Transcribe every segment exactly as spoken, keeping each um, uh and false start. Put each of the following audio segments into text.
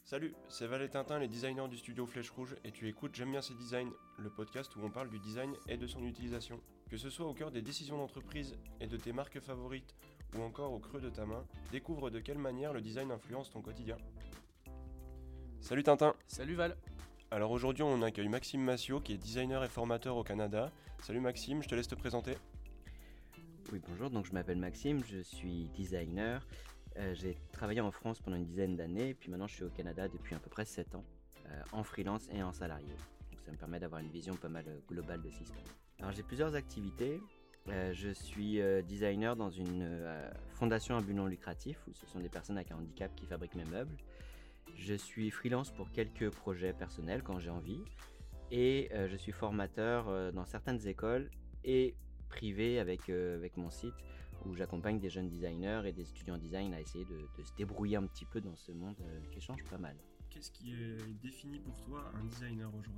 Salut, c'est Val et Tintin, les designers du studio Flèche Rouge, et tu écoutes J'aime bien ces designs, le podcast où on parle du design et de son utilisation. Que ce soit au cœur des décisions d'entreprise et de tes marques favorites, ou encore au creux de ta main, découvre de quelle manière le design influence ton quotidien. Salut Tintin. Salut Val. Alors aujourd'hui on accueille Maxime Massiot qui est designer et formateur au Canada. Salut Maxime, je te laisse te présenter. Oui, bonjour, donc je m'appelle Maxime, je suis designer. Euh, j'ai travaillé en France pendant une dizaine d'années, puis maintenant je suis au Canada depuis à peu près sept ans, euh, en freelance et en salarié. Donc ça me permet d'avoir une vision pas mal globale de système. Alors j'ai plusieurs activités. Euh, je suis euh, designer dans une euh, fondation à but non lucratif, où ce sont des personnes avec un handicap qui fabriquent mes meubles. Je suis freelance pour quelques projets personnels quand j'ai envie. Et euh, je suis formateur euh, dans certaines écoles et privé avec, euh, avec mon site où j'accompagne des jeunes designers et des étudiants en design à essayer de, de se débrouiller un petit peu dans ce monde euh, qui change pas mal. Qu'est-ce qui est défini pour toi un designer aujourd'hui ?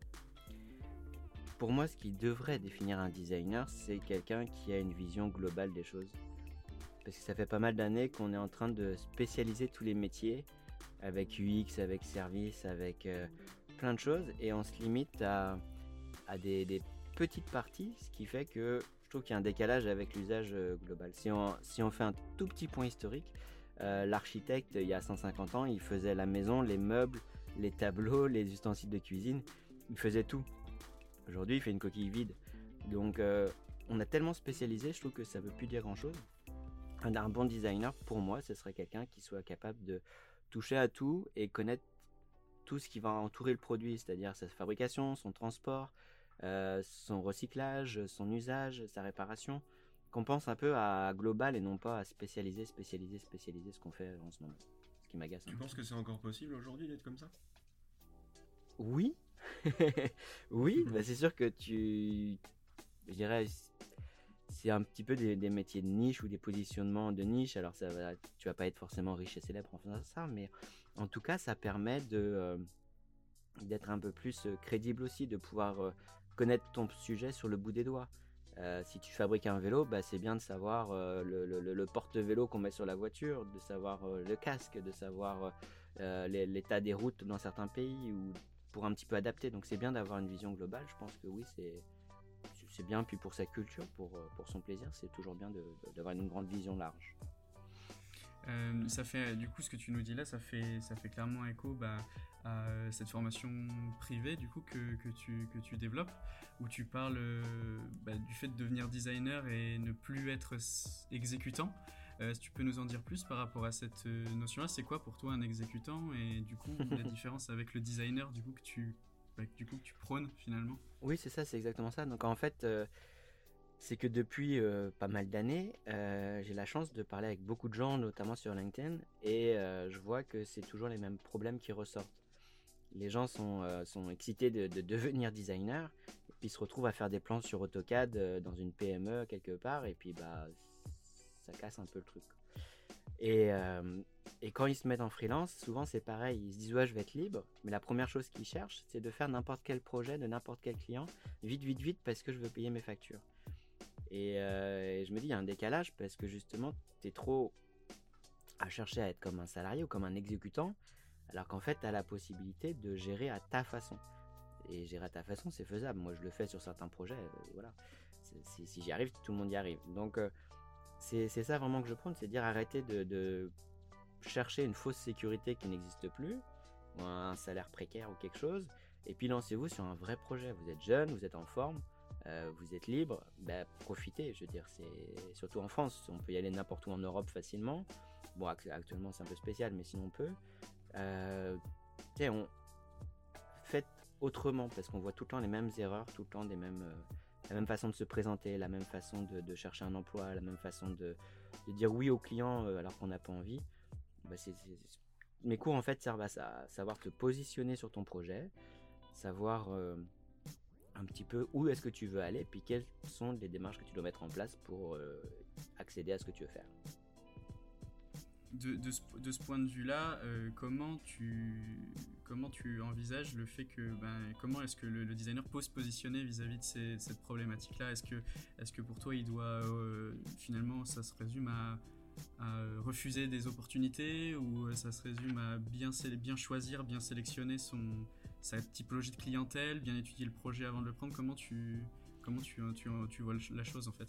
Pour moi, ce qui devrait définir un designer, c'est quelqu'un qui a une vision globale des choses. Parce que ça fait pas mal d'années qu'on est en train de spécialiser tous les métiers avec U X, avec service, avec euh, plein de choses, et on se limite à, à des, des petites parties, ce qui fait que je trouve qu'il y a un décalage avec l'usage euh, global. Si on, si on fait un tout petit point historique, euh, l'architecte, il y a cent cinquante ans, il faisait la maison, les meubles, les tableaux, les ustensiles de cuisine, il faisait tout. Aujourd'hui, il fait une coquille vide. Donc, euh, on a tellement spécialisé, je trouve que ça ne veut plus dire grand-chose. Un, un bon designer, pour moi, ce serait quelqu'un qui soit capable de toucher à tout et connaître tout ce qui va entourer le produit, c'est-à-dire sa fabrication, son transport, euh, son recyclage, son usage, sa réparation, qu'on pense un peu à global et non pas à spécialiser, spécialiser, spécialiser ce qu'on fait en ce moment, ce qui m'agace. Tu penses que c'est encore possible aujourd'hui d'être comme ça ? Oui, oui, bah c'est sûr que tu, je dirais, c'est un petit peu des, des métiers de niche ou des positionnements de niche. Alors ça va, tu vas pas être forcément riche et célèbre en faisant ça, mais en tout cas, ça permet de euh, d'être un peu plus crédible aussi, de pouvoir euh, connaître ton sujet sur le bout des doigts. Euh, si tu fabriques un vélo, bah, c'est bien de savoir euh, le, le, le porte-vélo qu'on met sur la voiture, de savoir euh, le casque, de savoir euh, l'état des routes dans certains pays, ou pour un petit peu adapter. Donc c'est bien d'avoir une vision globale. Je pense que oui, c'est c'est bien. Puis pour sa culture, pour, pour son plaisir, c'est toujours bien de, de, d'avoir une grande vision large. Euh, ça fait, du coup, ce que tu nous dis là, ça fait, ça fait clairement écho bah, à cette formation privée du coup, que, que, tu, que tu développes, où tu parles euh, bah, du fait de devenir designer et ne plus être exécutant. Euh, si tu peux nous en dire plus par rapport à cette euh, notion-là, c'est quoi pour toi un exécutant et du coup la différence avec le designer du coup que tu, bah, du coup, que tu prônes finalement ? Oui, c'est ça, c'est exactement ça. Donc en fait, euh, c'est que depuis euh, pas mal d'années, euh, j'ai la chance de parler avec beaucoup de gens, notamment sur LinkedIn, et euh, je vois que c'est toujours les mêmes problèmes qui ressortent. Les gens sont, euh, sont excités de, de devenir designer, et puis se retrouvent à faire des plans sur AutoCAD euh, dans une P M E quelque part, et puis bah ça casse un peu le truc. Et, euh, et quand ils se mettent en freelance, souvent c'est pareil, ils se disent ouais je vais être libre, mais la première chose qu'ils cherchent c'est de faire n'importe quel projet de n'importe quel client, vite vite vite parce que je veux payer mes factures. Et, euh, et je me dis il y a un décalage parce que justement tu es trop à chercher à être comme un salarié ou comme un exécutant, alors qu'en fait tu as la possibilité de gérer à ta façon. Et gérer à ta façon c'est faisable, moi je le fais sur certains projets, euh, voilà. C'est, c'est, si j'y arrive, tout le monde y arrive. Donc euh, C'est, c'est ça vraiment que je prône, c'est dire arrêter de, de chercher une fausse sécurité qui n'existe plus, ou un salaire précaire ou quelque chose, et puis lancez-vous sur un vrai projet. Vous êtes jeune, vous êtes en forme, euh, vous êtes libre, bah, profitez, je veux dire, c'est surtout en France, on peut y aller n'importe où en Europe facilement. Bon, actuellement c'est un peu spécial, mais sinon on peut. Euh, tu sais, on faites autrement, parce qu'on voit tout le temps les mêmes erreurs, tout le temps des mêmes... Euh, la même façon de se présenter, la même façon de, de chercher un emploi, la même façon de, de dire oui au client euh, alors qu'on n'a pas envie. Bah c'est, c'est, c'est... Mes cours en fait servent à ça, à savoir te positionner sur ton projet, savoir euh, un petit peu où est-ce que tu veux aller, puis quelles sont les démarches que tu dois mettre en place pour euh, accéder à ce que tu veux faire. De, de, ce, de ce point de vue-là, euh, comment, tu, comment tu envisages le fait que, ben, comment est-ce que le, le designer peut se positionner vis-à-vis de ces, cette problématique-là ? Est-ce que, est-ce que pour toi, il doit, euh, finalement, ça se résume à, à refuser des opportunités, ou ça se résume à bien, bien choisir, bien sélectionner son, sa typologie de clientèle, bien étudier le projet avant de le prendre? Comment tu, comment tu, tu, tu vois la chose en fait?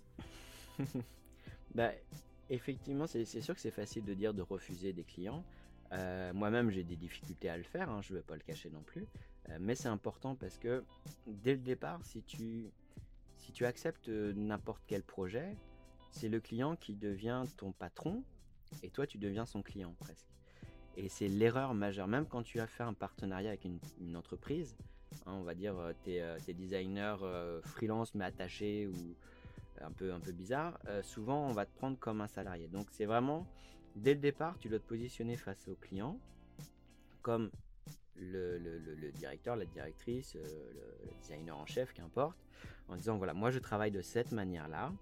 Bah, effectivement, c'est, c'est sûr que c'est facile de dire de refuser des clients. Euh, moi-même, j'ai des difficultés à le faire, hein, je ne vais pas le cacher non plus. Euh, mais c'est important parce que dès le départ, si tu, si tu acceptes n'importe quel projet, c'est le client qui devient ton patron et toi, tu deviens son client presque. Et c'est l'erreur majeure. Même quand tu as fait un partenariat avec une, une entreprise, hein, on va dire, tu es designer euh, freelance mais attaché ou un peu, un peu bizarre, euh, souvent on va te prendre comme un salarié. Donc c'est vraiment, dès le départ, tu dois te positionner face au client comme le, le, le, le directeur, la directrice, euh, le, le designer en chef, qu'importe, en disant voilà, moi je travaille de cette manière-là.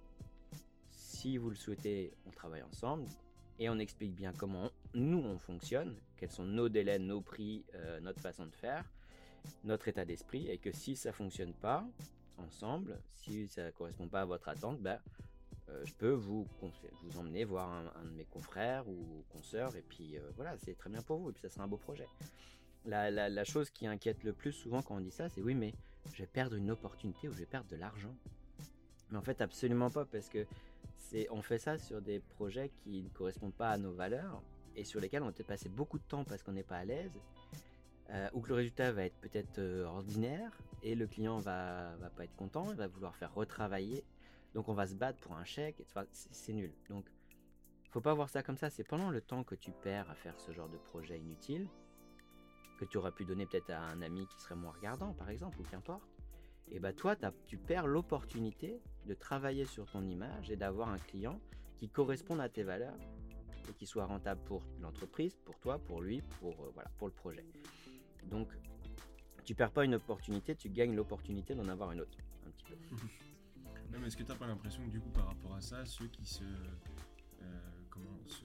Si vous le souhaitez, on travaille ensemble et on explique bien comment nous on fonctionne, quels sont nos délais, nos prix, euh, notre façon de faire, notre état d'esprit, et que si ça fonctionne pas ensemble, si ça ne correspond pas à votre attente, ben, euh, je peux vous, vous emmener voir un, un de mes confrères ou consoeurs, et puis euh, voilà, c'est très bien pour vous, et puis ça sera un beau projet. La, la, la chose qui inquiète le plus souvent quand on dit ça, c'est oui, mais je vais perdre une opportunité ou je vais perdre de l'argent. Mais en fait, absolument pas, parce que c'est, on fait ça sur des projets qui ne correspondent pas à nos valeurs et sur lesquels on a passé beaucoup de temps parce qu'on n'est pas à l'aise, euh, ou que le résultat va être peut-être euh, ordinaire et le client va, va pas être content, il va vouloir faire retravailler, donc on va se battre pour un chèque, et, enfin, c'est, c'est nul. Donc, faut pas voir ça comme ça, c'est pendant le temps que tu perds à faire ce genre de projet inutile, que tu aurais pu donner peut-être à un ami qui serait moins regardant par exemple, ou qu'importe, et bah toi tu perds l'opportunité de travailler sur ton image et d'avoir un client qui corresponde à tes valeurs et qui soit rentable pour l'entreprise, pour toi, pour lui, pour, euh, voilà, pour le projet. Donc tu perds pas une opportunité, tu gagnes l'opportunité d'en avoir une autre, un petit peu. Non, mais est-ce que tu n'as pas l'impression que du coup par rapport à ça, ceux qui se euh, comment se,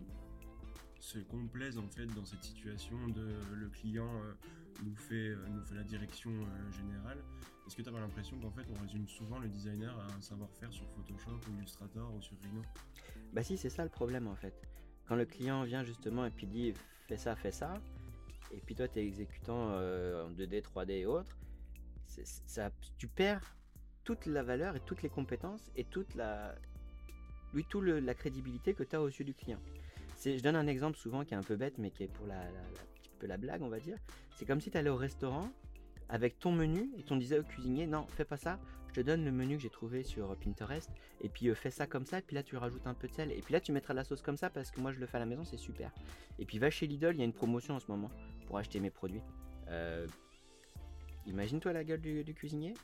se complaisent en fait dans cette situation de le client euh, nous fait euh, nous fait la direction euh, générale, est-ce que tu n'as pas l'impression qu'en fait on résume souvent le designer à un savoir-faire sur Photoshop ou Illustrator ou sur Rhino? Bah si, c'est ça le problème en fait. Quand le client vient justement et puis dit fais ça, fais ça, et puis toi tu es exécutant euh, en deux D, trois D et autres, c'est, ça, tu perds toute la valeur et toutes les compétences et toute la, oui, tout le, la crédibilité que tu as aux yeux du client. C'est, je donne un exemple souvent qui est un peu bête mais qui est pour la, la, la, un petit peu la blague on va dire. C'est comme si tu allais au restaurant avec ton menu et ton disait au cuisinier non fais pas ça, je te donne le menu que j'ai trouvé sur Pinterest et puis euh, fais ça comme ça et puis là tu rajoutes un peu de sel et puis là tu mettras de la sauce comme ça parce que moi je le fais à la maison, c'est super. Et puis va chez Lidl, il y a une promotion en ce moment pour acheter mes produits. Euh, imagine-toi la gueule du, du cuisinier.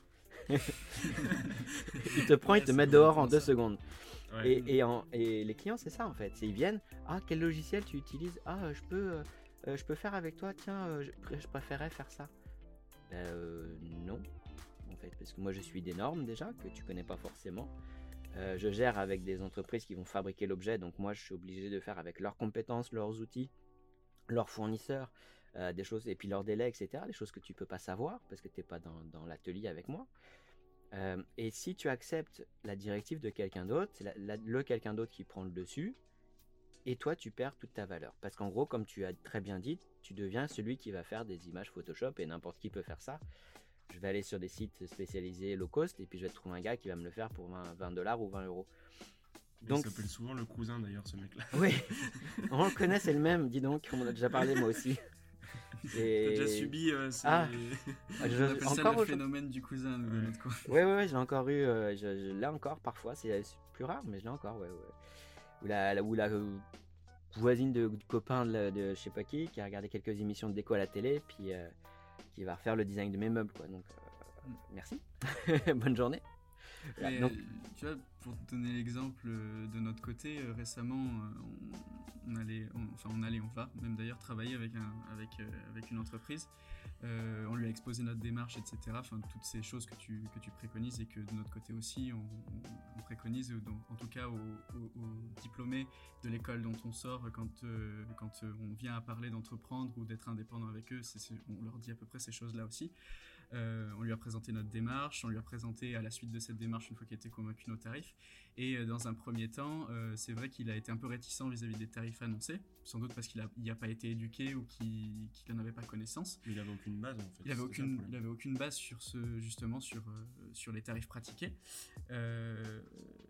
Il te prend, ouais, il te met dehors en deux secondes. Ouais. Et, et, en, et les clients c'est ça en fait, c'est ils viennent, ah quel logiciel tu utilises, ah je peux, euh, je peux faire avec toi, tiens euh, je, je préférerais faire ça. Euh, non en fait, parce que moi je suis des normes déjà que tu connais pas forcément. Euh, je gère avec des entreprises qui vont fabriquer l'objet, donc moi je suis obligé de faire avec leurs compétences, leurs outils, leurs fournisseurs, euh, des choses et puis leurs délais, et cetera. Des choses que tu peux pas savoir parce que t'es pas dans, dans l'atelier avec moi. Euh, et si tu acceptes la directive de quelqu'un d'autre, c'est la, la, le quelqu'un d'autre qui prend le dessus, et toi tu perds toute ta valeur. Parce qu'en gros, comme tu as très bien dit, tu deviens celui qui va faire des images Photoshop et n'importe qui peut faire ça. Je vais aller sur des sites spécialisés low cost et puis je vais trouver un gars qui va me le faire pour vingt dollars ou vingt euros. Donc, il s'appelle souvent le cousin d'ailleurs ce mec là. Oui, on le connaît, c'est le même, dis donc, on en a déjà parlé moi aussi. Et... T'as déjà subi euh, ces... Ah, je, on appelle encore ça le phénomène du cousin de ouais. notre coin. Oui, oui, ouais, je l'ai encore eu, euh, je, je l'ai encore parfois, c'est plus rare, mais je l'ai encore, ouais, ouais. Ou la, la, ou la euh, voisine de, de copain de, de je sais pas qui, qui a regardé quelques émissions de déco à la télé, puis euh, qui va refaire le design de mes meubles, quoi. Donc, euh, mm. merci, bonne journée. Voilà, mais, donc... tu vois, pour te donner l'exemple de notre côté, euh, récemment, euh, on, on allait, on, enfin on allait, on va même d'ailleurs travailler avec un, avec, euh, avec une entreprise. Euh, on lui a exposé notre démarche, et cetera. Enfin, toutes ces choses que tu que tu préconises et que de notre côté aussi, on, on, on préconise, donc, en tout cas aux, aux, aux diplômés de l'école dont on sort quand euh, quand on vient à parler d'entreprendre ou d'être indépendant avec eux, c'est, c'est, on leur dit à peu près ces choses-là aussi. Euh, on lui a présenté notre démarche, on lui a présenté à la suite de cette démarche, une fois qu'il était convaincu, nos tarifs. Et euh, dans un premier temps, euh, c'est vrai qu'il a été un peu réticent vis-à-vis des tarifs annoncés, sans doute parce qu'il n'y a, a pas été éduqué ou qu'il n'en avait pas connaissance. Il n'avait aucune base en fait. Il n'avait aucune, il avait aucune base sur ce, justement sur, euh, sur les tarifs pratiqués. Euh,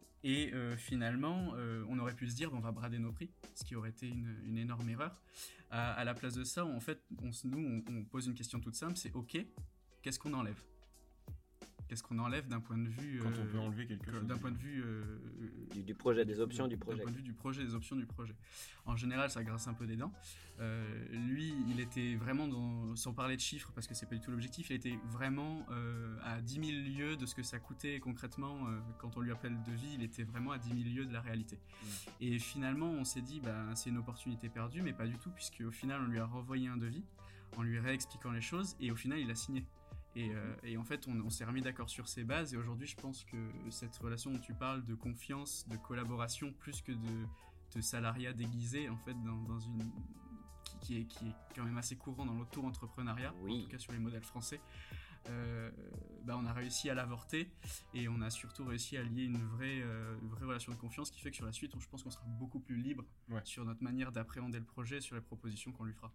et euh, finalement, euh, on aurait pu se dire, on va brader nos prix, ce qui aurait été une, une énorme erreur. À, à la place de ça, en fait, on, nous, on, on pose une question toute simple, c'est OK, qu'est-ce qu'on enlève ? Qu'est-ce qu'on enlève d'un point de vue quand euh, on peut enlever quelque chose d'un point de vue euh, du, du projet, des options du projet. D'un point de vue du projet, des options du projet. En général, ça grince un peu des dents. Euh, lui, il était vraiment dans, sans parler de chiffres, parce que c'est pas du tout l'objectif, il était vraiment euh, à dix mille lieues de ce que ça coûtait concrètement. Euh, quand on lui appelle devis, il était vraiment à dix mille lieues de la réalité. Mmh. Et finalement, on s'est dit, bah, c'est une opportunité perdue, mais pas du tout, puisque au final, on lui a renvoyé un devis, en lui réexpliquant les choses, et au final, il a signé. Et, euh, et en fait, on, on s'est remis d'accord sur ces bases. Et aujourd'hui, je pense que cette relation dont tu parles de confiance, de collaboration, plus que de, de salariat déguisé, en fait, dans, dans une qui, qui, est, qui est quand même assez courant dans l'auto-entrepreneuriat, oui. En tout cas sur les modèles français. Euh, bah on a réussi à l'avorter et on a surtout réussi à lier une vraie, euh, une vraie relation de confiance qui fait que sur la suite, on, je pense qu'on sera beaucoup plus libre ouais. sur notre manière d'appréhender le projet, sur les propositions qu'on lui fera.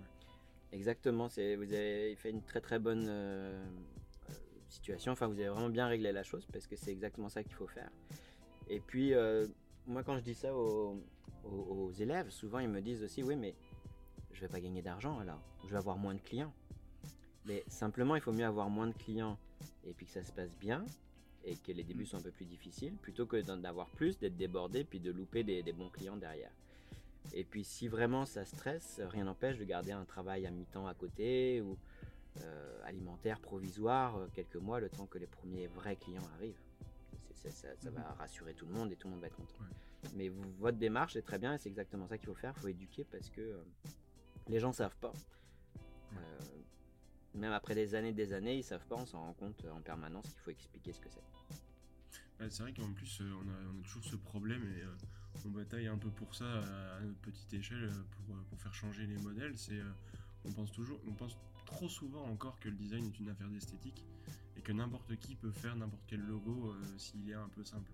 Exactement, c'est, vous avez fait une très très bonne euh, situation, enfin vous avez vraiment bien réglé la chose parce que c'est exactement ça qu'il faut faire. Et puis euh, moi quand je dis ça aux, aux, aux élèves, souvent ils me disent aussi oui mais je vais pas gagner d'argent alors, je vais avoir moins de clients. Mais simplement il faut mieux avoir moins de clients et puis que ça se passe bien et que les débuts sont un peu plus difficiles plutôt que d'avoir plus, d'être débordé puis de louper des, des bons clients derrière. Et puis si vraiment ça stresse, rien n'empêche de garder un travail à mi-temps à côté ou euh, alimentaire provisoire euh, quelques mois le temps que les premiers vrais clients arrivent. C'est, c'est, ça, ça mmh. va rassurer tout le monde et tout le monde va être content. Ouais. Mais vous, votre démarche est très bien et c'est exactement ça qu'il faut faire, il faut éduquer parce que euh, les gens ne savent pas. Ouais. Euh, même après des années et des années, ils ne savent pas, on s'en rend compte en permanence qu'il faut expliquer ce que c'est. Ouais, c'est vrai qu'en plus on a, on a toujours ce problème et euh... on bataille un peu pour ça à notre petite échelle pour, pour faire changer les modèles. C'est, euh, on pense toujours, on pense trop souvent encore que le design est une affaire d'esthétique et que n'importe qui peut faire n'importe quel logo euh, s'il est un peu simple.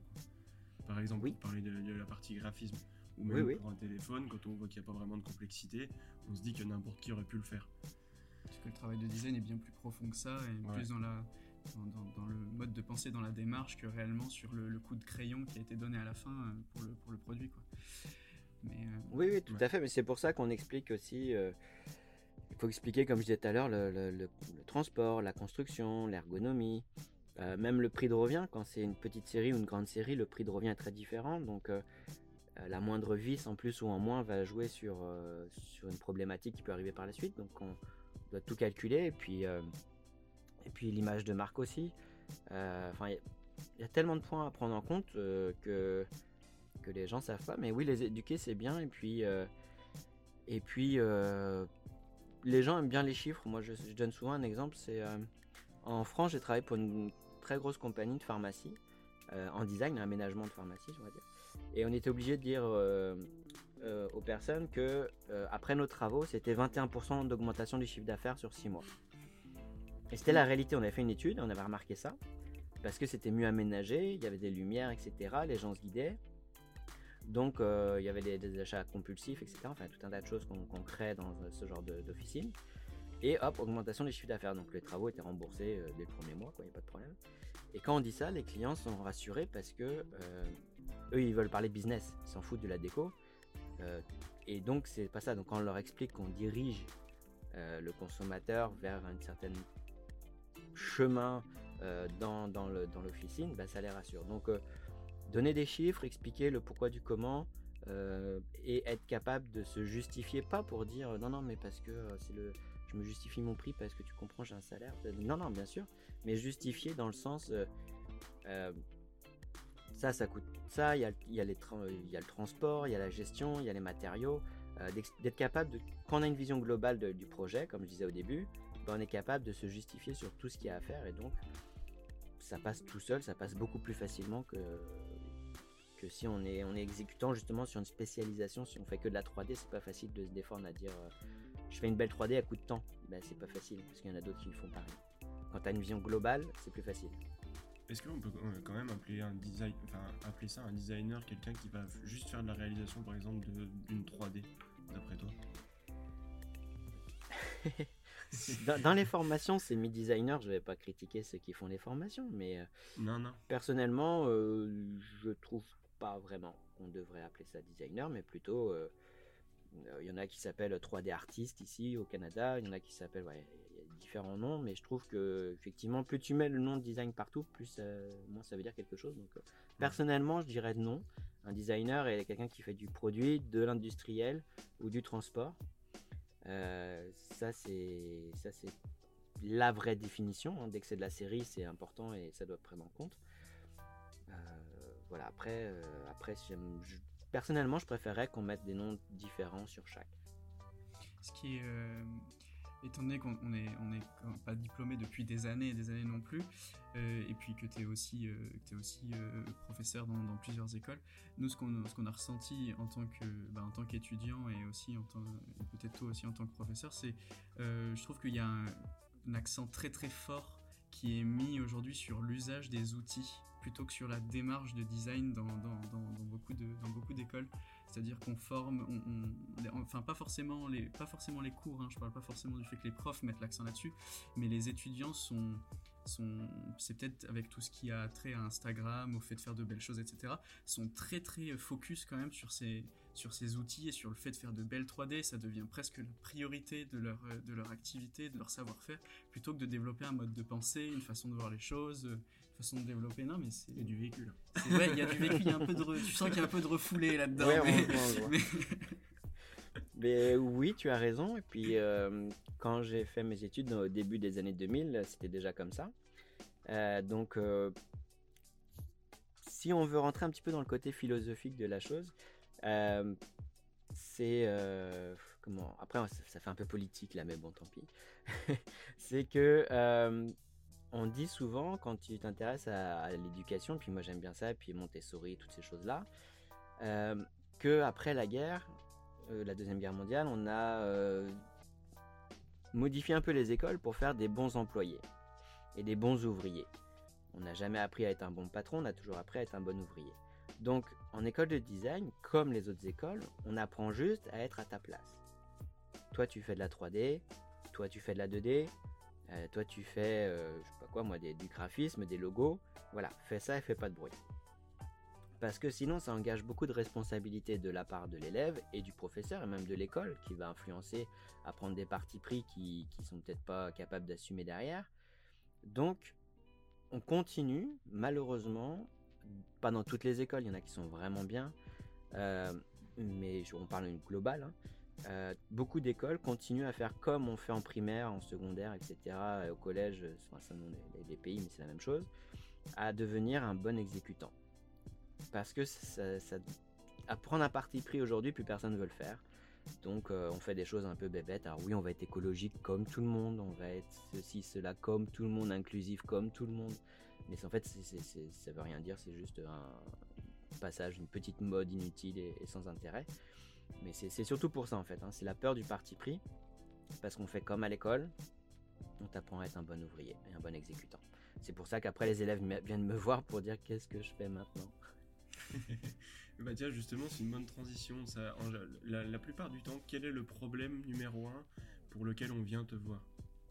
Par exemple, oui. pour parler de, de la partie graphisme ou même oui, pour oui. un téléphone, quand on voit qu'il n'y a pas vraiment de complexité, on se dit que n'importe qui aurait pu le faire. Parce que le travail de design est bien plus profond que ça et ouais. plus dans la Dans, dans, dans le mode de pensée, dans la démarche, que réellement sur le, le coup de crayon qui a été donné à la fin euh, pour, le, pour le produit. Quoi. Mais, euh, oui, oui, tout ouais. à fait, mais c'est pour ça qu'on explique aussi, euh, il faut expliquer, comme je disais tout à l'heure, le, le, le, le transport, la construction, l'ergonomie, euh, même le prix de revient, quand c'est une petite série ou une grande série, le prix de revient est très différent, donc euh, la moindre vis en plus ou en moins va jouer sur, euh, sur une problématique qui peut arriver par la suite, donc on doit tout calculer, et puis... Euh, Et puis l'image de marque aussi. Enfin, euh, il y, y a tellement de points à prendre en compte euh, que, que les gens ne savent pas. Mais oui, les éduquer, c'est bien. Et puis, euh, et puis euh, les gens aiment bien les chiffres. Moi, je, je donne souvent un exemple. C'est euh, en France, j'ai travaillé pour une très grosse compagnie de pharmacie, euh, en design, aménagement de pharmacie, je vais dire. Et on était obligé de dire euh, euh, aux personnes que euh, après nos travaux, c'était vingt et un pour cent d'augmentation du chiffre d'affaires sur six mois. Et c'était la réalité, on avait fait une étude, on avait remarqué ça, parce que c'était mieux aménagé, il y avait des lumières, et cetera, les gens se guidaient, donc euh, il y avait des, des achats compulsifs, et cetera, enfin tout un tas de choses qu'on, qu'on crée dans ce genre de, d'officine, et hop, augmentation des chiffres d'affaires, donc les travaux étaient remboursés euh, dès le premier mois, quoi, il n'y a pas de problème. Et quand on dit ça, les clients sont rassurés parce que euh, eux, ils veulent parler business, ils s'en foutent de la déco, euh, et donc c'est pas ça, donc quand on leur explique qu'on dirige euh, le consommateur vers une certaine chemin euh, dans, dans, le, dans l'officine, bah, ça les rassure. Donc euh, donner des chiffres, expliquer le pourquoi du comment euh, et être capable de se justifier, pas pour dire euh, non non mais parce que euh, c'est le, je me justifie mon prix parce que tu comprends j'ai un salaire, non non bien sûr, mais justifier dans le sens euh, euh, ça ça coûte ça, il y a, y, a les tra- y a le transport, il y a la gestion, il y a les matériaux, euh, d'être capable de, quand on a une vision globale de, du projet comme je disais au début, on est capable de se justifier sur tout ce qu'il y a à faire et donc ça passe tout seul, ça passe beaucoup plus facilement que, que si on est, on est exécutant justement sur une spécialisation. Si on fait que de la trois D, c'est pas facile de se défendre à dire euh, je fais une belle trois D à coup de temps. Ben, c'est pas facile parce qu'il y en a d'autres qui le font pareil. Quand tu as une vision globale, c'est plus facile. Est-ce qu'on peut euh, quand même appeler, un design, enfin, appeler ça un designer, quelqu'un qui va f- juste faire de la réalisation, par exemple, de- d'une trois D, d'après toi? Dans, dans les formations, c'est mi-designer, je vais pas critiquer ceux qui font les formations, mais euh, Non, non. personnellement, euh, je trouve pas vraiment qu'on devrait appeler ça designer, mais plutôt, euh, il y en a qui s'appellent trois D artistes ici au Canada, il y en a qui s'appellent, ouais, il y a différents noms, mais je trouve que effectivement, plus tu mets le nom de design partout, plus euh, moins ça veut dire quelque chose. Donc, euh, personnellement, je dirais non. Un designer est quelqu'un qui fait du produit, de l'industriel ou du transport. Euh, ça, c'est ça, c'est la vraie définition. Hein. Dès que c'est de la série, c'est important et ça doit prendre en compte. Euh, voilà. Après, euh, après, j'aime- je- personnellement, je préférerais qu'on mette des noms différents sur chaque. Ce qui est, euh, étant donné qu'on on est, on est quand même pas diplômé depuis des années et des années non plus, euh, et puis que tu es aussi, euh, que t'es aussi euh, professeur dans, dans plusieurs écoles, nous ce qu'on ce qu'on a ressenti en tant que bah, en tant qu'étudiant et aussi en tant, et peut-être toi aussi en tant que professeur, c'est euh, je trouve qu'il y a un, un accent très très fort qui est mis aujourd'hui sur l'usage des outils plutôt que sur la démarche de design dans, dans, dans, dans beaucoup de dans beaucoup d'écoles. C'est-à-dire qu'on forme, on, on, enfin pas forcément les, pas forcément les cours, hein, je parle pas forcément du fait que les profs mettent l'accent là-dessus, mais les étudiants sont, sont c'est peut-être avec tout ce qui a trait à Instagram, au fait de faire de belles choses, et cetera, sont très très focus quand même sur ces, sur ces outils et sur le fait de faire de belles trois D, ça devient presque la priorité de leur, de leur activité, de leur savoir-faire, plutôt que de développer un mode de pensée, une façon de voir les choses, façon de développer. Non, mais c'est. Il y a du vécu là. C'est- Ouais, il y a du vécu, il y a un peu de. re- Tu sens qu'il y a un peu de refoulé là-dedans. Ouais, on mais... voit, on voit. mais- Mais oui, tu as raison. Et puis, euh, quand j'ai fait mes études au début des années deux mille, c'était déjà comme ça. Euh, donc, euh, si on veut rentrer un petit peu dans le côté philosophique de la chose, euh, c'est euh, comment après ça, ça fait un peu politique là, mais bon, tant pis. C'est que euh, on dit souvent quand tu t'intéresses à, à l'éducation, puis moi j'aime bien ça, puis Montessori, toutes ces choses-là, euh, que après la guerre, euh, la deuxième guerre mondiale, on a euh, modifié un peu les écoles pour faire des bons employés et des bons ouvriers. On n'a jamais appris à être un bon patron, on a toujours appris à être un bon ouvrier. Donc, en école de design, comme les autres écoles, on apprend juste à être à ta place. Toi, tu fais de la trois D, toi, tu fais de la deux D, euh, toi, tu fais, euh, je sais pas quoi, moi, des, du graphisme, des logos. Voilà, fais ça et fais pas de bruit. Parce que sinon, ça engage beaucoup de responsabilités de la part de l'élève et du professeur et même de l'école qui va influencer à prendre des partis pris qui, qui sont peut-être pas capables d'assumer derrière. Donc, on continue, malheureusement, pas dans toutes les écoles, il y en a qui sont vraiment bien, euh, mais on parle d'une globale, hein. Euh, beaucoup d'écoles continuent à faire comme on fait en primaire, en secondaire, et cetera, et au collège, enfin, selon les, les pays, mais c'est la même chose, à devenir un bon exécutant. Parce que ça, ça, apprendre un parti pris aujourd'hui, plus personne ne veut le faire. Donc euh, on fait des choses un peu bébêtes. Alors oui, on va être écologique comme tout le monde, on va être ceci, cela comme tout le monde, inclusif comme tout le monde. Mais en fait, c'est, c'est, c'est, ça veut rien dire, c'est juste un passage, une petite mode inutile et, et sans intérêt. Mais c'est, c'est surtout pour ça en fait, hein. C'est la peur du parti pris, parce qu'on fait comme à l'école, on t'apprend à être un bon ouvrier et un bon exécutant. C'est pour ça qu'après les élèves viennent me voir pour dire qu'est-ce que je fais maintenant. Bah tiens, justement, c'est une bonne transition. Ça, en- la, la plupart du temps, quel est le problème numéro un pour lequel on vient te voir?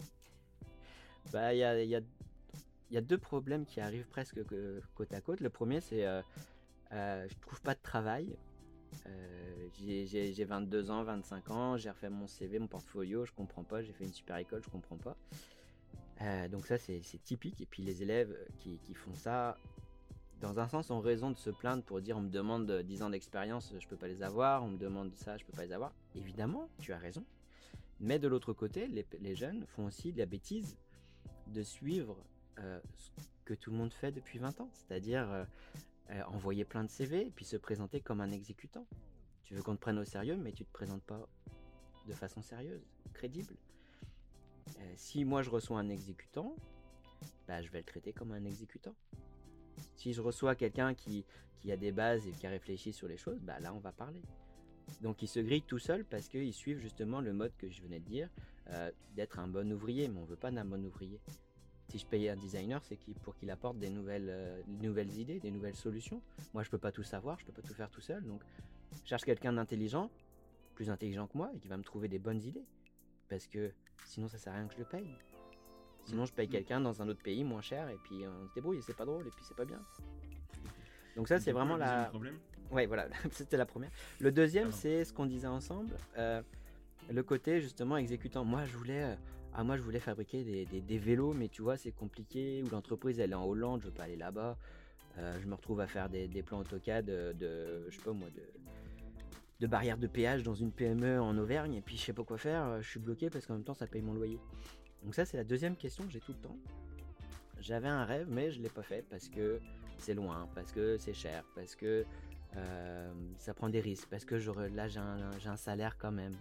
Bah, il y a, y a- y a deux problèmes qui arrivent presque que- côte à côte. Le premier, c'est euh, euh, je trouve pas de travail. Euh, j'ai, j'ai, j'ai vingt-deux ans, vingt-cinq ans, j'ai refait mon C V, mon portfolio, je comprends pas, j'ai fait une super école, je comprends pas. Euh, donc ça, c'est, c'est typique. Et puis les élèves qui, qui font ça, dans un sens, ont raison de se plaindre pour dire on me demande dix ans d'expérience, je peux pas les avoir, on me demande ça, je peux pas les avoir. Évidemment, tu as raison. Mais de l'autre côté, les, les jeunes font aussi la bêtise de suivre euh, ce que tout le monde fait depuis vingt ans, c'est-à-dire euh, euh, envoyer plein de C V et puis se présenter comme un exécutant. Tu veux qu'on te prenne au sérieux, mais tu te présentes pas de façon sérieuse, crédible. Euh, si moi je reçois un exécutant, bah, je vais le traiter comme un exécutant. Si je reçois quelqu'un qui, qui a des bases et qui a réfléchi sur les choses, bah là on va parler. Donc ils se grillent tout seuls parce qu'ils suivent justement le mode que je venais de dire, euh, d'être un bon ouvrier, mais on veut pas d'un bon ouvrier. Si je paye un designer, c'est qu'il, pour qu'il apporte des nouvelles, euh, nouvelles idées, des nouvelles solutions. Moi, je peux pas tout savoir, je peux pas tout faire tout seul. Donc, je cherche quelqu'un d'intelligent, plus intelligent que moi, et qui va me trouver des bonnes idées. Parce que sinon, ça sert à rien que je le paye. Sinon, je paye quelqu'un dans un autre pays moins cher, et puis on se débrouille, et c'est pas drôle, et puis c'est pas bien. Donc ça, c'est vraiment la... Ouais, voilà, c'était la première. Le deuxième, c'est ce qu'on disait ensemble, euh, le côté justement exécutant. Moi, je voulais... Euh, Ah, moi, je voulais fabriquer des, des, des vélos, mais tu vois, c'est compliqué. Ou l'entreprise, elle est en Hollande, je veux pas aller là-bas. Euh, je me retrouve à faire des, des plans AutoCAD de, de, je sais pas moi, de, de barrières de péage dans une P M E en Auvergne. Et puis, je sais pas quoi faire. Je suis bloqué parce qu'en même temps, ça paye mon loyer. Donc ça, c'est la deuxième question que j'ai tout le temps. J'avais un rêve, mais je l'ai pas fait parce que c'est loin, parce que c'est cher, parce que euh, ça prend des risques, parce que je, là, j'ai un, j'ai un salaire quand même.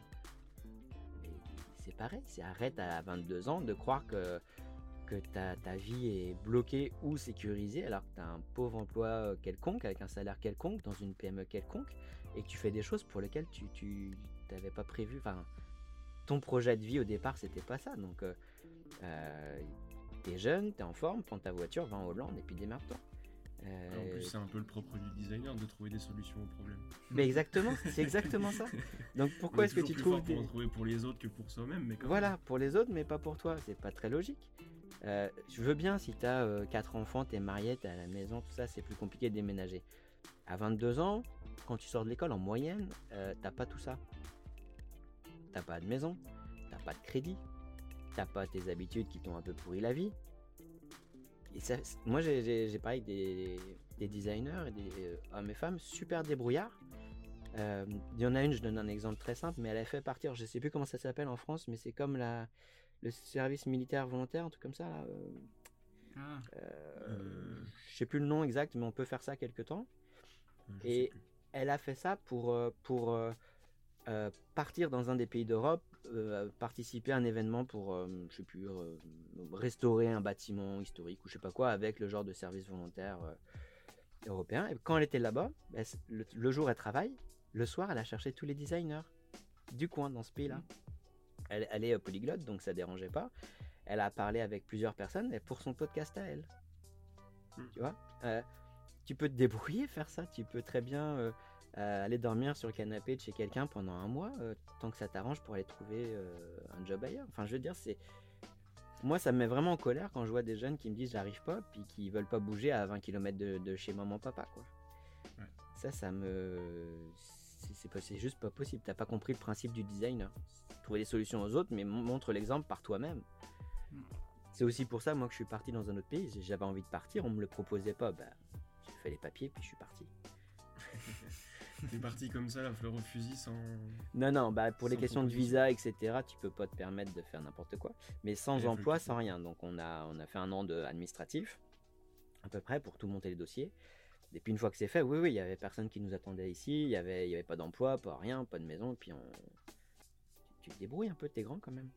C'est pareil, c'est arrête à vingt-deux ans de croire que, que ta, ta vie est bloquée ou sécurisée alors que tu as un pauvre emploi quelconque avec un salaire quelconque dans une P M E quelconque et que tu fais des choses pour lesquelles tu n'avais pas prévu. Enfin, ton projet de vie au départ, c'était pas ça. Donc, euh, euh, tu es jeune, tu es en forme, prends ta voiture, va en Hollande et puis démarre-toi. Euh... En plus, c'est un peu le propre du designer de trouver des solutions aux problèmes. Mais exactement, c'est exactement ça. Donc pourquoi est-ce que tu trouves des... pour en trouver pour les autres que pour soi-même, mais quand voilà, même. Pour les autres, mais pas pour toi. C'est pas très logique. Euh, je veux bien si t'as euh, quatre enfants, t'es marié, t'es à la maison, tout ça, c'est plus compliqué de déménager. À vingt-deux ans, quand tu sors de l'école en moyenne, euh, t'as pas tout ça. T'as pas de maison, t'as pas de crédit, t'as pas tes habitudes qui t'ont un peu pourri la vie. Et ça, moi, j'ai, j'ai, j'ai parlé avec des, des designers et des euh, hommes et femmes super débrouillards. Il euh, y en a une, je donne un exemple très simple, mais elle a fait partir, je sais plus comment ça s'appelle en France, mais c'est comme la, le service militaire volontaire, un truc comme ça. Là, euh, ah. euh, je sais plus le nom exact, mais on peut faire ça quelque temps. Je et elle a fait ça pour, pour euh, euh, partir dans un des pays d'Europe, euh, participer à un événement pour, euh, je sais plus, euh, restaurer un bâtiment historique ou je sais pas quoi avec le genre de service volontaire euh, européen. Et quand elle était là-bas, ben, le, le jour elle travaille, le soir elle a cherché tous les designers du coin dans ce pays-là. Elle, elle est polyglotte, donc ça dérangeait pas. Elle a parlé avec plusieurs personnes pour son podcast à elle. Mmh. Tu vois, euh, tu peux te débrouiller, faire ça. Tu peux très bien euh, euh, aller dormir sur le canapé de chez quelqu'un pendant un mois, euh, tant que ça t'arrange pour aller trouver euh, un job ailleurs. Enfin, je veux dire, c'est... Moi, ça me met vraiment en colère quand je vois des jeunes qui me disent j'arrive pas, puis qui veulent pas bouger à vingt kilomètres de, de chez maman-papa, quoi. Ouais. Ça, ça me... C'est, c'est, pas, c'est juste pas possible. T'as pas compris le principe du designer. Trouver des solutions aux autres, mais montre l'exemple par toi-même. Mmh. C'est aussi pour ça, moi, que je suis parti dans un autre pays. J'avais envie de partir, on me le proposait pas. Bah, j'ai fait les papiers, puis je suis parti. T'es parti comme ça, la fleur au fusil, sans... Non, non, bah, pour les questions de visa, et cetera, tu peux pas te permettre de faire n'importe quoi. Mais sans et emploi, sans rien. Donc, on a, on a fait un an d'administratif, à peu près, pour tout monter les dossiers. Et puis, une fois que c'est fait, oui, oui, il y avait personne qui nous attendait ici. Il y avait, il y avait pas d'emploi, pas rien, pas de maison. Et puis, on... tu te débrouilles un peu, t'es grand quand même.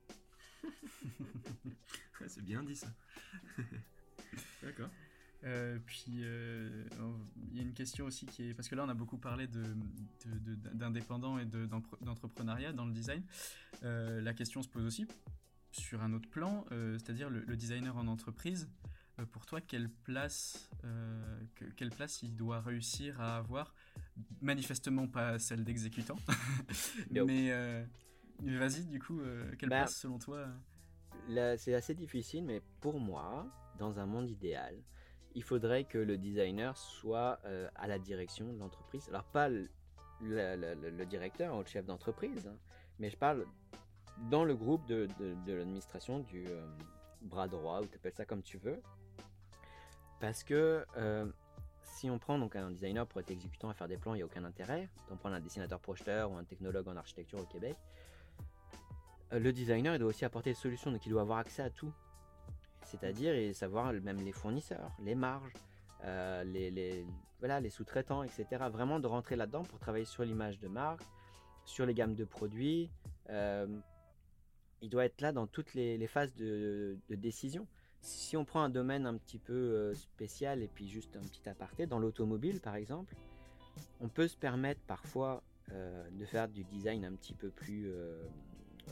C'est bien dit, ça. D'accord. Euh, puis il euh, y a une question aussi qui est parce que là on a beaucoup parlé de, de, de, d'indépendants et de, d'entrepreneuriat dans le design. Euh, la question se pose aussi sur un autre plan, euh, c'est-à-dire le, le designer en entreprise. Euh, pour toi, quelle place, euh, que, quelle place il doit réussir à avoir? Manifestement pas celle d'exécutant, mais, euh, mais vas-y du coup, euh, quelle bah, place selon toi? Là, c'est assez difficile, mais pour moi, dans un monde idéal, il faudrait que le designer soit euh, à la direction de l'entreprise. Alors pas le, le, le, le directeur ou le chef d'entreprise, hein, mais je parle dans le groupe de, de, de l'administration, du euh, bras droit, ou tu appelles ça comme tu veux. Parce que euh, si on prend donc un designer pour être exécutant à faire des plans, il n'y a aucun intérêt. On prend un dessinateur projeteur ou un technologue en architecture au Québec. Euh, le designer, il doit aussi apporter des solutions, donc il doit avoir accès à tout. C'est-à-dire et savoir même les fournisseurs, les marges, euh, les, les, voilà, les sous-traitants, et cetera. Vraiment de rentrer là-dedans pour travailler sur l'image de marque, sur les gammes de produits. Euh, il doit être là dans toutes les, les phases de, de décision. Si on prend un domaine un petit peu euh, spécial et puis juste un petit aparté, dans l'automobile par exemple, on peut se permettre parfois euh, de faire du design un petit peu plus... Euh,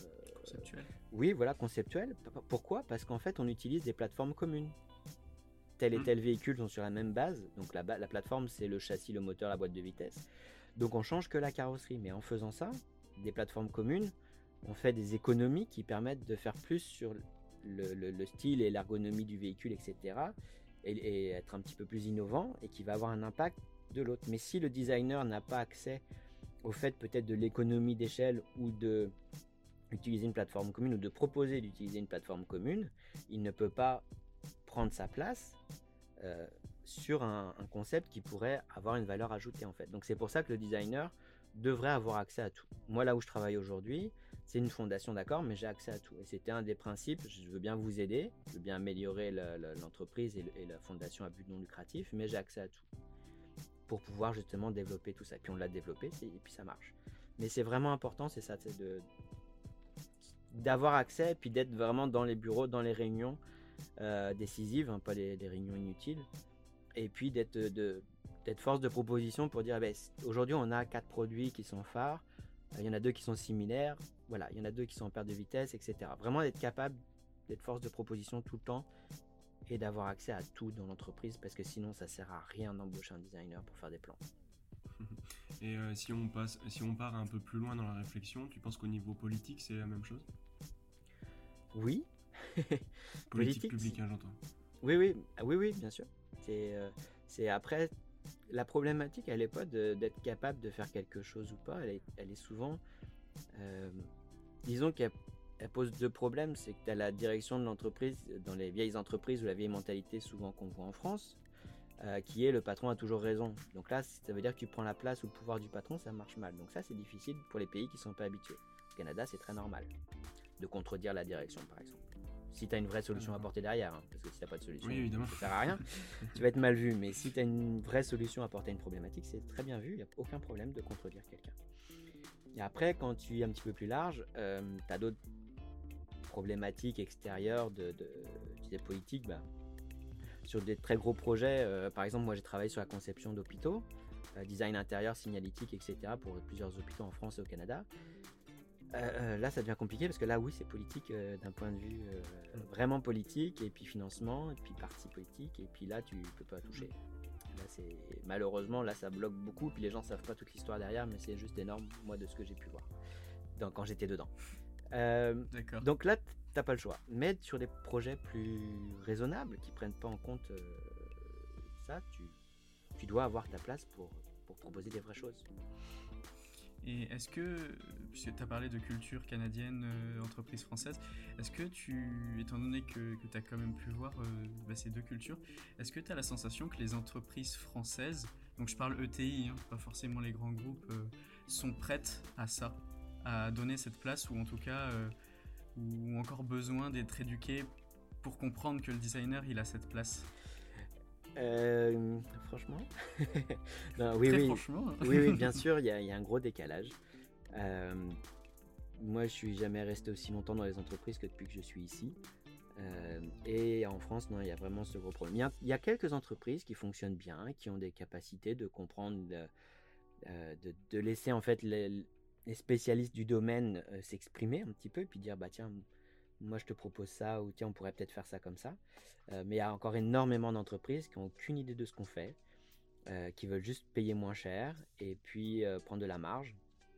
Conceptuel. Oui, voilà, conceptuel. P- Pourquoi? Parce qu'en fait, on utilise des plateformes communes. Tel et Mm. tel véhicule sont sur la même base. Donc la, ba- la plateforme, c'est le châssis, le moteur, la boîte de vitesse. Donc on change que la carrosserie. Mais en faisant ça, des plateformes communes, on fait des économies qui permettent de faire plus sur le, le- le style et l'ergonomie du véhicule, et cetera. Et, et être un petit peu plus innovant et qui va avoir un impact de l'autre. Mais si le designer n'a pas accès au fait peut-être de l'économie d'échelle ou de utiliser une plateforme commune ou de proposer d'utiliser une plateforme commune, il ne peut pas prendre sa place euh, sur un, un concept qui pourrait avoir une valeur ajoutée en fait. Donc c'est pour ça que le designer devrait avoir accès à tout. Moi là où je travaille aujourd'hui, c'est une fondation d'accord, mais j'ai accès à tout. Et c'était un des principes, je veux bien vous aider, je veux bien améliorer le- le- l'entreprise et, le- et la fondation à but non lucratif, mais j'ai accès à tout pour pouvoir justement développer tout ça. Et puis on l'a développé c'est- et puis ça marche. Mais c'est vraiment important, c'est ça, c'est de d'avoir accès et puis d'être vraiment dans les bureaux, dans les réunions euh, décisives, hein, pas les, les réunions inutiles, et puis d'être de, d'être force de proposition pour dire eh ben, aujourd'hui on a quatre produits qui sont phares, il y en a deux qui sont similaires, voilà, il y en a deux qui sont en perte de vitesse, et cetera. Vraiment d'être capable d'être force de proposition tout le temps et d'avoir accès à tout dans l'entreprise parce que sinon ça sert à rien d'embaucher un designer pour faire des plans. Et euh, si, on passe, si on part un peu plus loin dans la réflexion, tu penses qu'au niveau politique, c'est la même chose? Oui. Politique, Politique, publique, hein, j'entends. Oui, oui, ah oui, oui, bien sûr. C'est, euh, c'est après la problématique, elle n'est pas de- d'être capable de faire quelque chose ou pas. Elle est, elle est souvent, euh, disons qu'elle elle pose deux problèmes. C'est que tu as la direction de l'entreprise dans les vieilles entreprises ou la vieille mentalité souvent qu'on voit en France, euh, qui est le patron a toujours raison. Donc là, ça veut dire que tu prends la place ou le pouvoir du patron, ça marche mal. Donc ça, c'est difficile pour les pays qui sont pas habitués. Au Canada, c'est très normal de contredire la direction, par exemple. Si tu as une vraie solution à apporter derrière, hein, parce que si tu n'as pas de solution, Oui, évidemment. ça ne sert à rien, tu vas être mal vu. Mais si tu as une vraie solution à apporter à une problématique, c'est très bien vu, il n'y a aucun problème de contredire quelqu'un. Et après, quand tu es un petit peu plus large, euh, tu as d'autres problématiques extérieures de, de, je disais politiques, bah, sur des très gros projets. Euh, par exemple, moi j'ai travaillé sur la conception d'hôpitaux, euh, design intérieur, signalétique, et cetera pour plusieurs hôpitaux en France et au Canada. Euh, euh, là, ça devient compliqué parce que là, oui, c'est politique euh, d'un point de vue euh, vraiment politique, et puis financement, et puis parti politique, et puis là, tu peux pas toucher. Là, c'est malheureusement là, ça bloque beaucoup, puis les gens savent pas toute l'histoire derrière, mais c'est juste énorme, moi, de ce que j'ai pu voir donc, quand j'étais dedans. Euh, D'accord. donc là, t'as pas le choix. Mais sur des projets plus raisonnables qui prennent pas en compte euh, ça, tu, tu dois avoir ta place pour, pour proposer des vraies choses. Et est-ce que, puisque tu as parlé de culture canadienne, euh, entreprise française, est-ce que tu, étant donné que, que tu as quand même pu voir euh, bah, ces deux cultures, est-ce que tu as la sensation que les entreprises françaises, donc je parle E T I, hein, pas forcément les grands groupes, euh, sont prêtes à ça, à donner cette place, ou en tout cas, euh, ou ont encore besoin d'être éduquées pour comprendre que le designer, il a cette place? Euh, franchement non, oui, Très oui. franchement. oui, oui, bien sûr, il y, y a un gros décalage. Euh, moi, je suis jamais resté aussi longtemps dans les entreprises que depuis que je suis ici. Euh, et en France, non, il y a vraiment ce gros problème. Il y a, il y a quelques entreprises qui fonctionnent bien, qui ont des capacités de comprendre, de, euh, de, de laisser en fait les, les spécialistes du domaine euh, s'exprimer un petit peu, et puis dire bah tiens, moi je te propose ça, ou tiens, on pourrait peut-être faire ça comme ça. Euh, mais il y a encore énormément d'entreprises qui n'ont aucune idée de ce qu'on fait, euh, qui veulent juste payer moins cher et puis euh, prendre de la marge.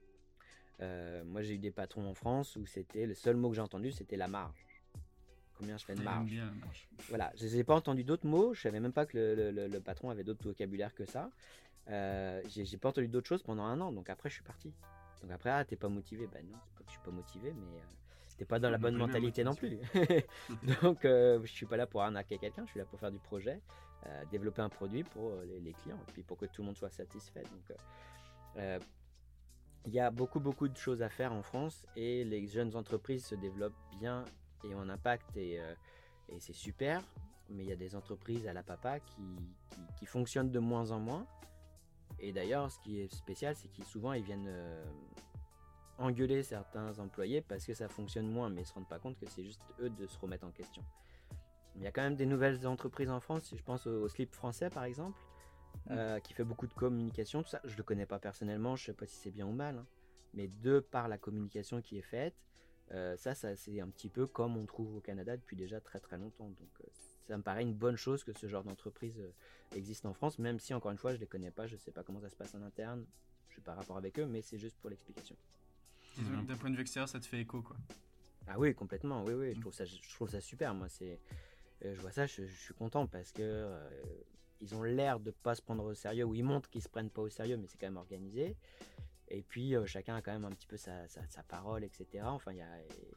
Euh, moi j'ai eu des patrons en France où c'était le seul mot que j'ai entendu, c'était la marge. Combien je fais de Il aime marge? bien la marge. Voilà, je n'ai pas entendu d'autres mots, je savais même pas que le, le, le patron avait d'autres vocabulaire que ça. Euh, j'ai, j'ai pas entendu d'autres choses pendant un an, donc après je suis parti. Donc après, ah, t'es pas motivé? Ben non, c'est pas que je suis pas motivé, mais euh, t'es pas dans la bonne mentalité non plus. Donc euh, je suis pas là pour arnaquer quelqu'un, je suis là pour faire du projet, euh, développer un produit pour euh, les, les clients, et puis pour que tout le monde soit satisfait. Donc euh, il y a beaucoup beaucoup de choses à faire en France, et les jeunes entreprises se développent bien et ont un impact, et, euh, et c'est super. Mais il y a des entreprises à la papa qui, qui, qui fonctionnent de moins en moins. Et d'ailleurs, ce qui est spécial, c'est qu'ils souvent ils viennent euh, engueuler certains employés parce que ça fonctionne moins, mais ils se rendent pas compte que c'est juste eux de se remettre en question. Il y a quand même des nouvelles entreprises en France, je pense au, au Slip français par exemple, mmh. euh, qui fait beaucoup de communication, tout ça. Je le connais pas personnellement, je sais pas si c'est bien ou mal, hein, mais de par la communication qui est faite, Euh, ça, ça c'est un petit peu comme on trouve au Canada depuis déjà très très longtemps. Donc euh, ça me paraît une bonne chose que ce genre d'entreprise euh, existe en France, même si encore une fois je les connais pas, je sais pas comment ça se passe en interne, je suis pas rapport avec eux, mais c'est juste pour l'explication. Disons que d'un point de vue extérieur, ça te fait écho, quoi. Ah oui, complètement, oui, oui, je trouve ça, je trouve ça super, moi, c'est, euh, je vois ça, je, je suis content parce que euh, ils ont l'air de pas se prendre au sérieux, ou ils montrent qu'ils se prennent pas au sérieux, mais c'est quand même organisé. Et puis euh, chacun a quand même un petit peu sa, sa, sa parole, et cetera. Enfin, il y a,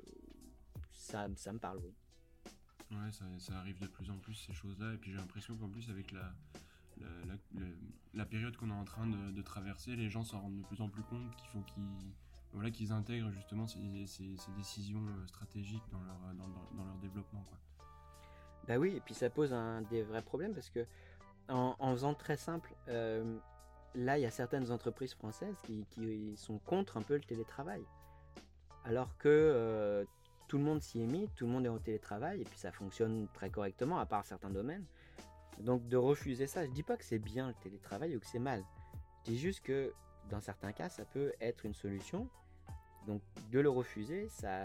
ça, ça me parle, oui. Ouais, ça, ça arrive de plus en plus ces choses-là, et puis j'ai l'impression qu'en plus avec la, la, la, la, la période qu'on est en train de, de traverser, les gens s'en rendent de plus en plus compte qu'il faut qu'ils, voilà, qu'ils intègrent justement ces, ces, ces décisions stratégiques dans leur, dans, dans, dans leur développement, quoi. Bah oui, et puis ça pose un des vrais problèmes parce que en, en faisant très simple, euh, là il y a certaines entreprises françaises qui, qui sont contre un peu le télétravail, alors que euh, tout le monde s'y est mis, tout le monde est en télétravail et puis ça fonctionne très correctement à part certains domaines. Donc de refuser ça, je dis pas que c'est bien le télétravail ou que c'est mal, je dis juste que dans certains cas ça peut être une solution. Donc de le refuser, ça,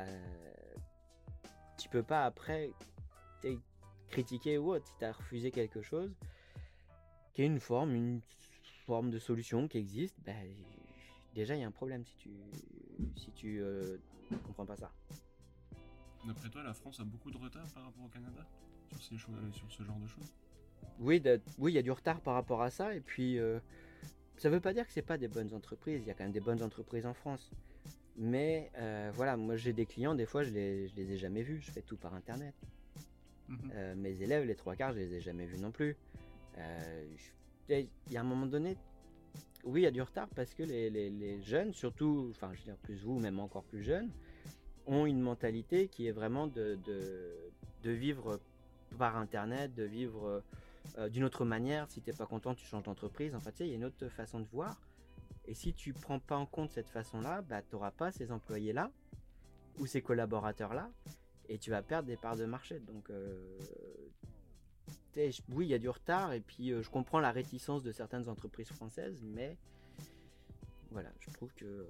tu peux pas après critiquer ou autre si tu as refusé quelque chose qui est une forme, une forme de solution qui existe. Bah, déjà il y a un problème si tu si tu euh, comprends pas ça. D'après toi, la France a beaucoup de retard par rapport au Canada sur ces choses, sur ce genre de choses? Oui, de, oui, il y a du retard par rapport à ça et puis euh, ça veut pas dire que c'est pas des bonnes entreprises. Il y a quand même des bonnes entreprises en France. Mais euh, voilà, moi j'ai des clients, des fois je les, je les ai jamais vus, je fais tout par internet. Mmh. Euh, mes élèves, les trois quarts, je les ai jamais vus non plus. Euh, il y a un moment donné, oui, il y a du retard parce que les, les, les jeunes, surtout, enfin je veux dire plus vous, même encore plus jeunes, ont une mentalité qui est vraiment de, de, de vivre par internet, de vivre euh, d'une autre manière. Si t'es pas content, tu changes d'entreprise. Enfin, tu sais, il y a une autre façon de voir. Et si tu prends pas en compte cette façon-là, bah, tu n'auras pas ces employés-là ou ces collaborateurs-là et tu vas perdre des parts de marché. Donc, euh, oui, il y a du retard et puis euh, je comprends la réticence de certaines entreprises françaises, mais voilà, je trouve que euh,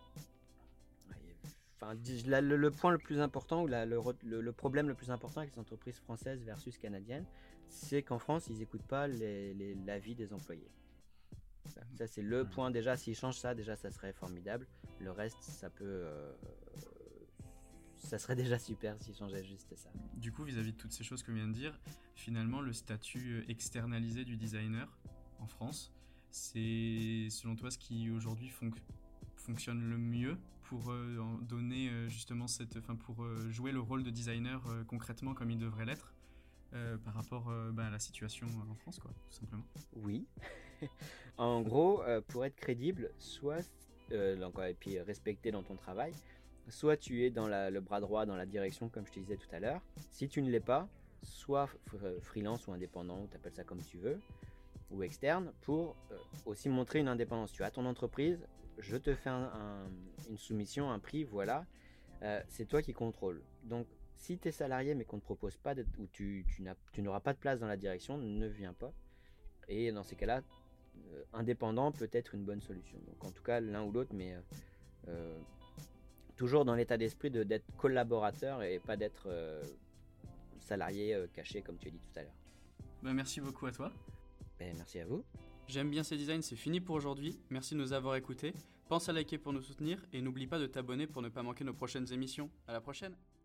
enfin, la, le, le point le plus important ou la, le, le, le problème le plus important avec les entreprises françaises versus canadiennes, c'est qu'en France, ils n'écoutent pas les, les, l'avis des employés. Ça c'est le point déjà, s'ils changent ça déjà ça serait formidable, le reste ça peut euh, ça serait déjà super s'ils changeaient juste ça. Du coup vis-à-vis de toutes ces choses que je viens de dire, finalement le statut externalisé du designer en France, c'est selon toi ce qui aujourd'hui fon- fonctionne le mieux pour euh, donner euh, justement cette, enfin pour euh, jouer le rôle de designer euh, concrètement comme il devrait l'être euh, par rapport euh, bah, à la situation en France quoi, tout simplement. Oui. En gros, euh, pour être crédible, soit euh, donc, et puis respecté dans ton travail, soit tu es dans la, le bras droit dans la direction comme je te disais tout à l'heure. Si tu ne l'es pas, soit f- freelance ou indépendant, ou tu appelles ça comme tu veux, ou externe, pour euh, aussi montrer une indépendance. Tu as ton entreprise, je te fais un, un, une soumission, un prix, voilà, euh, c'est toi qui contrôles. Donc si tu es salarié mais qu'on ne te propose pas d'être, ou tu, tu, n'as, tu n'auras pas de place dans la direction, ne viens pas. Et dans ces cas-là, euh, indépendant peut être une bonne solution. Donc en tout cas l'un ou l'autre, mais euh, euh, toujours dans l'état d'esprit de, d'être collaborateur et pas d'être euh, salarié euh, caché comme tu as dit tout à l'heure. Bah, merci beaucoup à toi. Ben, merci à vous. J'aime bien ces designs, c'est fini pour aujourd'hui. Merci de nous avoir écoutés. Pense à liker pour nous soutenir et n'oublie pas de t'abonner pour ne pas manquer nos prochaines émissions. À la prochaine.